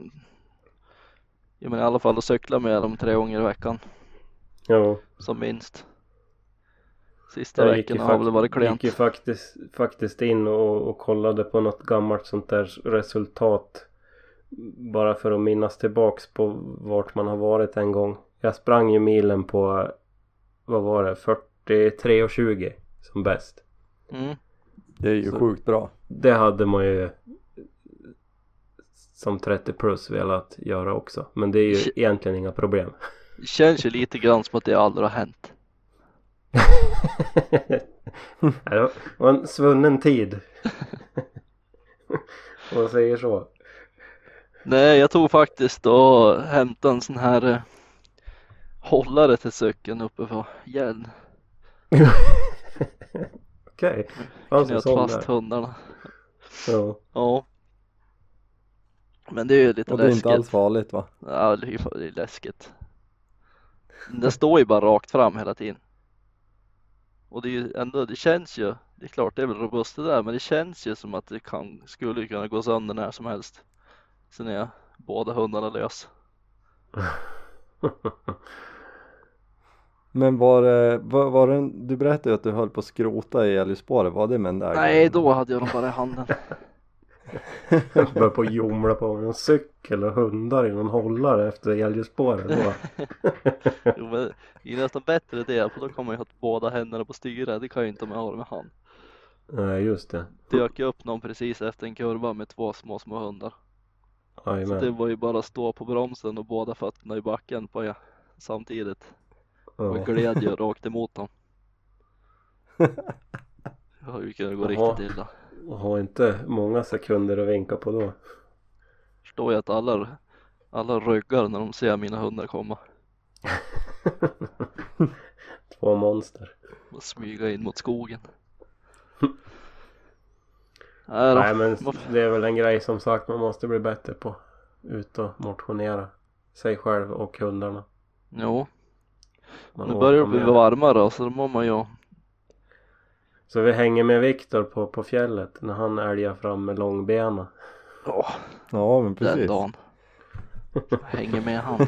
att cykla med dem 3 gånger i veckan. Ja. Som minst. Sista veckorna har väl varit klent. Jag gick ju faktiskt in och kollade på något gammalt sånt där resultat. Bara för att minnas tillbaks på vart man har varit en gång. Jag sprang ju milen på, vad var det, 43,20 som bäst. Mm. Det är ju så sjukt bra. Det hade man ju som 30 plus velat göra också. Men det är ju egentligen inga problem. Det känns ju lite grann som att det aldrig har hänt. Det var en svunnen tid. Vad säger så? Nej, jag tog faktiskt och hämtade en sån här hållare till cykeln uppe på Järn. Okej. Knöt fast hundarna. Ja. Men det är ju lite läskigt. Och det är inte alls farligt, va? Ja, det är läskigt. Det står ju bara rakt fram hela tiden. Och det är ju ändå, det känns ju, det är klart det är väl robust det där, men det känns ju som att det skulle kunna gå sönder när som helst. Sen är båda hundarna lös. Men var det du berättade ju att du höll på att skrota i Älvsborg, var det med den där? Nej, då hade jag dem bara i handen. Jag började på att jomla på en cykel och hundar i någon hållare efter Älvsborg då. Jo, men det är nästan bättre det, för då kommer man ju ha båda händerna på styret. Det kan jag inte om jag har det med hand. Nej, just det. Dök upp någon precis efter en kurva med 2 små hundar. Amen. Så det var ju bara stå på bromsen och båda fötterna i backen på samtidigt. Och glädje rakt emot dem. Det har ju kunnat gå riktigt illa. Och har inte många sekunder att vinka på då. Förstår jag att alla ryggar när de ser mina hundar komma. 2 monster. Och smyga in mot skogen. Nej, men det är väl en grej som sagt man måste bli bättre på. Ut och motionera sig själv och hundarna. Jo. Nu börjar det bli varmare så då må man ju. Så vi hänger med Viktor på fjället när han älgar fram med långbena. Ja, men precis. Den dagen. Hänger med han.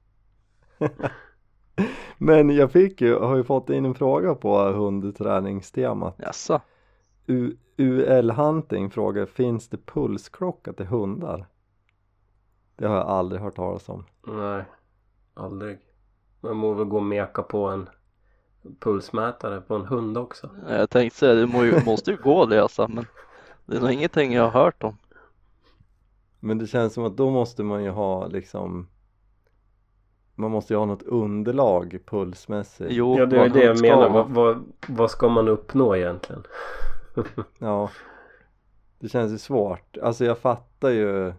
Men jag har ju fått in en fråga på hundträningstemat. Jaså? UL-hunting frågar, finns det pulsklocka till hundar? Det har jag aldrig hört talas om. Nej, aldrig. Man må väl gå och meka på en pulsmätare på en hund också. Jag tänkte säga, det måste ju gå att läsa, men det är nog ingenting jag har hört om. Men det känns som att då måste man ju ha liksom, man måste ju ha något underlag pulsmässigt. Jo, ja, det är det jag menar. Vad ska man uppnå egentligen? Ja, det känns ju svårt. Alltså jag fattar ju,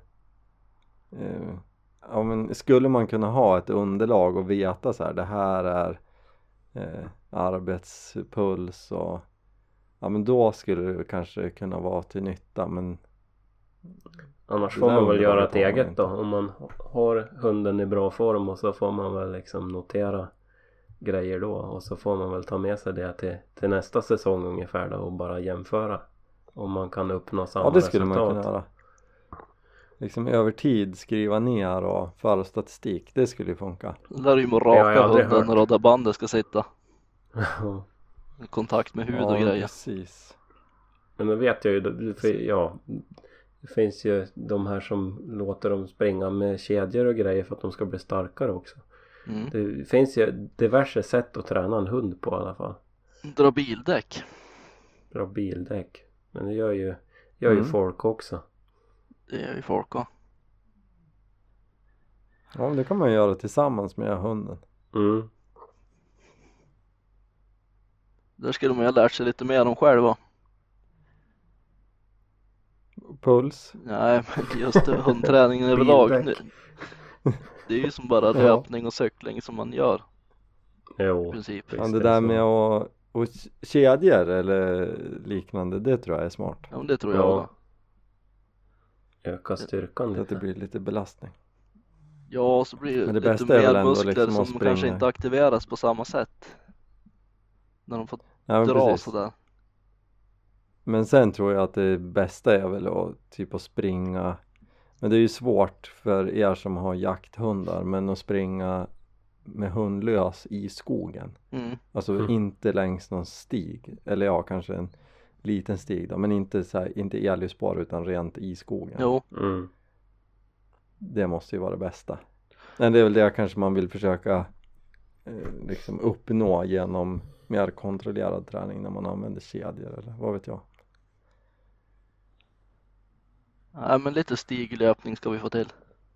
ja, men skulle man kunna ha ett underlag och veta så här, det här är arbetspuls och ja, men då skulle det kanske kunna vara till nytta, men annars får man väl göra ett eget då, om man har hunden i bra form, och så får man väl liksom notera grejer då, och så får man väl ta med sig det till nästa säsong ungefär då, och bara jämföra om man kan uppnå samma resultat. Ja, det skulle man kunna göra. Liksom över tid skriva ner och föra statistik, det skulle ju funka. Det där är ju med raka hunden när där bandet ska sitta. Kontakt med hud och grejer. Precis. Men då vet jag ju, det finns ju de här som låter dem springa med kedjor och grejer för att de ska bli starkare också. Mm. Det finns ju diverse sätt att träna en hund på i alla fall. Dra bildäck. Men det gör ju folk också. Det gör ju folk också. Ja, det kan man göra tillsammans med hunden. Mm. Där skulle man ju ha lärt sig lite mer om själva. Puls? Nej, men just hundträningen överlag. Det är ju som bara löpning och cykling som man gör. Jo, i princip. Ja, det där med att och kedjor eller liknande, det tror jag är smart. Ja, men det tror jag. öka styrkan lite. Så att det blir lite belastning. Ja, så blir Men det det lite bästa är väl mer ändå muskler liksom som att kanske springa. inte aktiveras på samma sätt. När de får Ja, men dra precis. sådär. Men sen tror jag att det bästa är väl att typ att springa. Men det är ju svårt för er som har jakthundar, men att springa med hundlös i skogen. Alltså inte längs någon stig. Eller ja, kanske en liten stig då. Men inte, så här, inte elljusspår utan rent i skogen. Jo. Det måste ju vara det bästa. Men det är väl det kanske man vill försöka liksom uppnå genom mer kontrollerad träning när man använder kedjor eller vad vet jag. Nej, men lite stiglöpning ska vi få till.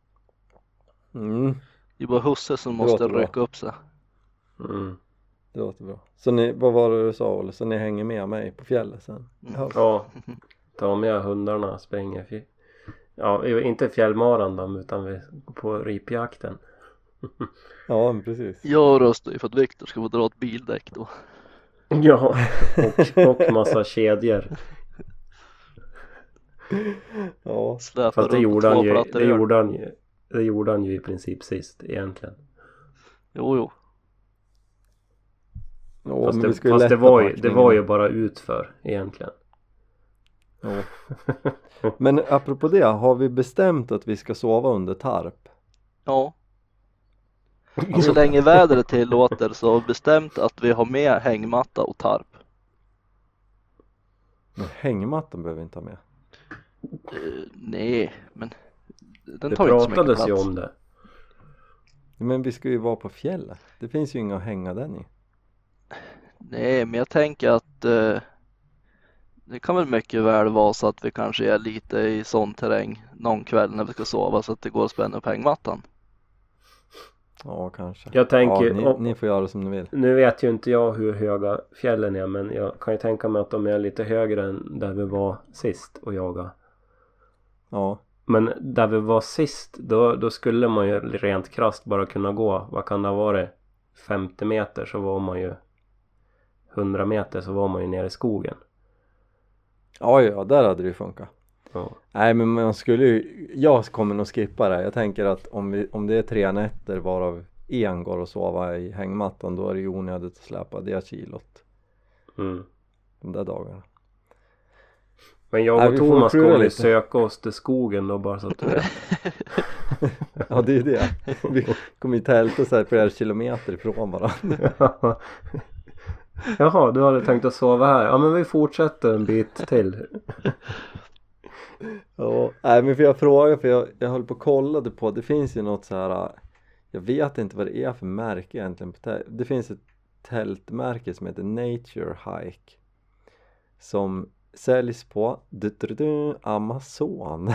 Det är bara husse som måste rycka upp sig. Det låter bra. Så ni, vad var det du sa, Olle? Så ni hänger med mig på fjället sen? Ja, ta med hundarna, springer. Ja, inte fjällmaran då, utan vi går på ripjakten. Ja, men precis. Jag röstar ju för att Viktor ska få dra ett bildäck då. Ja, och massa kedjor. Ja, fast det gjorde han ju i princip sist egentligen. Jo. Ja, fast men det var ju bara utför egentligen. Ja. Men apropå det, har vi bestämt att vi ska sova under tarp? Ja. Och så länge vädret tillåter så har vi bestämt att vi har med hängmatta och tarp. Men hängmattan behöver vi inte ha med. Nej, men den det tar inte så mycket plats. pratades ju om det. Men vi ska ju vara på fjället. Det finns ju inga att hänga den i. Nej, men jag tänker att det kan väl mycket väl vara så att vi kanske är lite i sån terräng någon kväll när vi ska sova så att det går att spänna upp hängmattan. Ja, kanske. Jag tänker, ni får göra som ni vill. Nu vet ju inte jag hur höga fjällen är, men jag kan ju tänka mig att de är lite högre än där vi var sist och jaga. Ja. Men där vi var sist, då skulle man ju rent krasst bara kunna gå. Vad kan det ha varit? 50 meter så var man ju 100 meter så var man ju nere i skogen. Ja, där hade det ju funkat. Ja. Nej, men man skulle ju, jag kommer nog skippa det. Jag tänker att om det är 3 nätter varav en går att sova i hängmattan, då är det ju onödigt att släpa det kilot. De där dagarna. Men jag och Thomas kommer söka oss till skogen då, bara så att du vet. Ja, det är det. Vi kommer ju tälta så här flera kilometer ifrån varandra. Jaha, du hade tänkt att sova här. Ja, men vi fortsätter en bit till. Ja, nej, men för jag frågar, för jag höll på och kollade på, det finns ju något så här, jag vet inte vad det är för märke egentligen. Det finns ett tältmärke som heter Nature Hike som säljs på Amazon.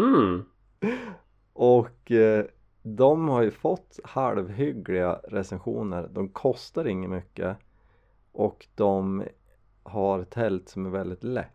Och de har ju fått halvhyggliga recensioner. De kostar inget mycket och de har tält som är väldigt lätt.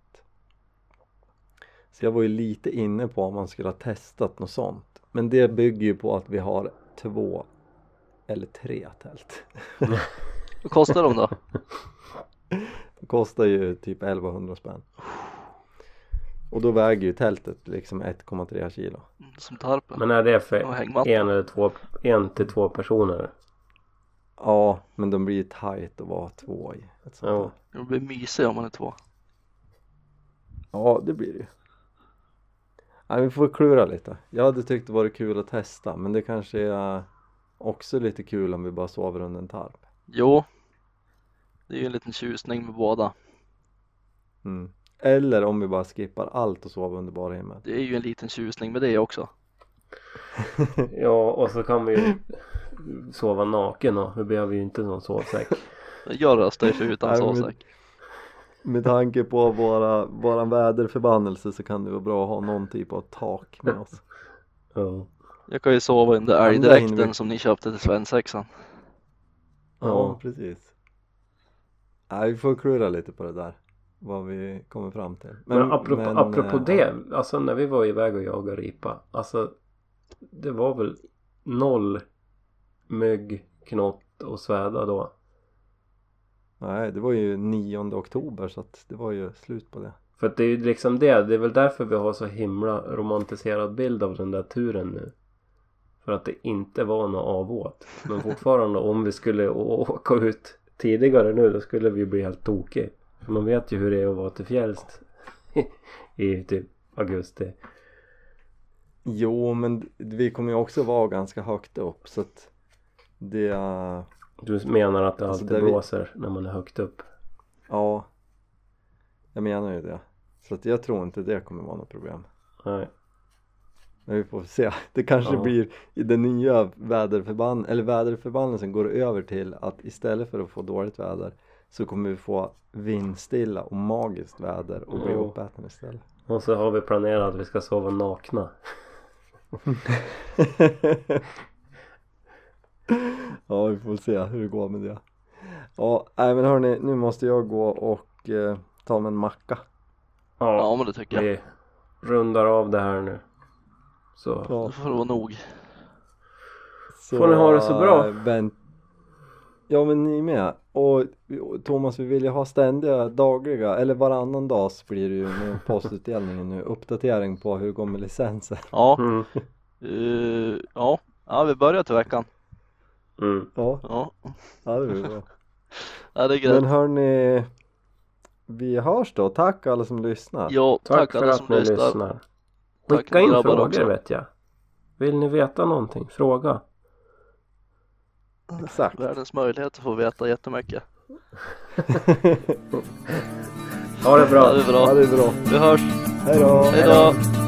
Så jag var ju lite inne på om man skulle ha testat något sånt. Men det bygger ju på att vi har 2 eller 3 tält. Vad kostar de då? Det kostar ju typ 1100 spänn. Och då väger ju tältet liksom 1,3 kilo. Som tarpen. Men är det för en till två personer? Ja, men de blir ju tajt att vara 2 i. Ja. Det blir mysigt om man är 2. Ja, det blir det ju. Nej, vi får klura lite. Jag hade tyckt det var kul att testa, men det kanske är också lite kul om vi bara sover under en tarp. Jo, det är ju en liten tjusning med båda. Eller om vi bara skippar allt och sover under bara himmel. Det är ju en liten tjusning med det också. Ja, och så kan vi ju sova naken och vi behöver ju inte någon sovsäck. Jag röstar ju för utan sovsäck. Med tanke på våran väderförbannelse så kan det vara bra att ha någon typ av tak med oss. Ja. Jag kan ju sova under älgdräkten som ni köpte till svensexan. Ja, precis. Nej, vi får klura lite på det där. Vad vi kommer fram till. Men apropå det, alltså när vi var iväg och jagade ripa, alltså det var väl 0 mygg, knott och sväda då? Nej, det var ju 9 oktober så att det var ju slut på det. För att det är ju liksom det är väl därför vi har så himla romantiserad bild av den där turen nu. För att det inte var något avåt. Men fortfarande om vi skulle åka ut tidigare nu, då skulle vi bli helt tokiga. För man vet ju hur det är att vara till fjälls i typ augusti. Jo, men vi kommer ju också vara ganska högt upp, så att det... Du menar att det alltså alltid blåser när man är högt upp? Ja, jag menar ju det. Så att jag tror inte det kommer vara något problem. Nej. Men vi får se. Det kanske blir i den nya väderförbannelsen går över till att istället för att få dåligt väder så kommer vi få vindstilla och magiskt väder och bli uppäten istället. Och så har vi planerat att vi ska sova nakna. Ja, vi får se hur det går med det. Ja, men hörni, nu måste jag gå och ta mig en macka. Ja, men det tycker jag. Vi rundar av det här nu. Så det får vara nog. Så, får ni ha det så bra. Ja, men ni med. Och Thomas, vi vill ju ha ständiga, dagliga, eller varannan dags blir det ju med postutdelningen nu. Uppdatering på hur det går med licenser. Ja. Ja, vi börjar till veckan. Ja, det blir bra. Ja, det är grejt. Men hörni, vi hörs då. Tack alla som lyssnar. Ja, tack för alla att som ni lyssnar. lyssnar. Tack, Skicka in grabbar frågor också. vet jag. Vill ni veta någonting? Fråga. Exakt. Världens möjlighet att få veta jättemycket. Ha det bra. Ja, det är bra. Ja, det är bra. Vi hörs. Hej då. Hej då.